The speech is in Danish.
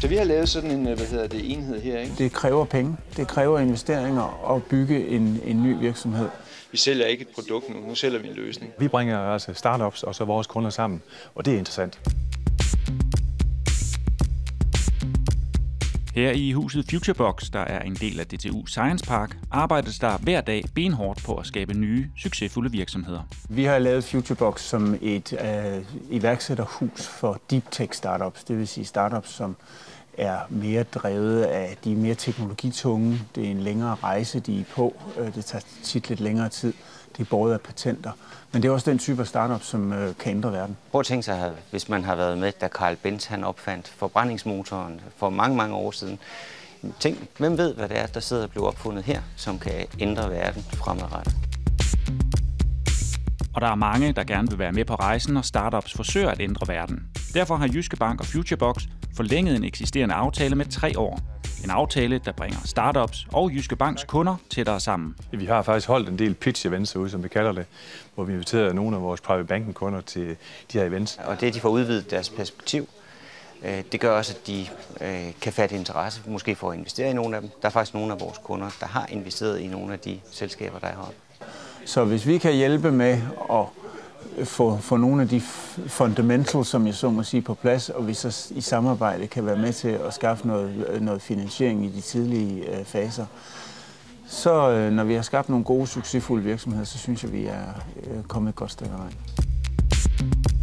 Så vi har lavet sådan en, enhed her, ikke? Det kræver penge. Det kræver investeringer at bygge en ny virksomhed. Vi sælger ikke et produkt nu sælger vi en løsning. Vi bringer altså startups og så vores kunder sammen, og det er interessant. Her i huset Futurebox, der er en del af DTU Science Park, arbejdes der hver dag benhårdt på at skabe nye, succesfulde virksomheder. Vi har lavet Futurebox som et iværksætterhus for deep tech startups, det vil sige startups, som er mere drevet af de mere teknologitunge. Det er en længere rejse, de er på. Det tager tit lidt længere tid. Det er båret af patenter. Men det er også den type af startup, som kan ændre verden. Prøv at tænke sig, hvis man har været med, da Carl Benz han opfandt forbrændingsmotoren for mange, mange år siden. Tænk, hvem ved, hvad det er, der sidder og bliver opfundet her, som kan ændre verden fremadrettet. Og der er mange, der gerne vil være med på rejsen, når startups forsøger at ændre verden. Derfor har Jyske Bank og Futurebox forlænget en eksisterende aftale med 3 år. En aftale, der bringer startups og Jyske Banks kunder tættere sammen. Vi har faktisk holdt en del pitch-events ude, som vi kalder det, hvor vi inviterer nogle af vores private banking-kunder til de her events. Og det, at de får udvidet deres perspektiv, det gør også, at de kan fatte interesse, måske for at investere i nogle af dem. Der er faktisk nogle af vores kunder, der har investeret i nogle af de selskaber, der er heroppe. Så hvis vi kan hjælpe med at få nogle af de fundamentals, som jeg så må sige, på plads, og vi så i samarbejde kan være med til at skaffe noget finansiering i de tidlige faser, så når vi har skabt nogle gode, succesfulde virksomheder, så synes jeg, vi er kommet et godt stykke vej.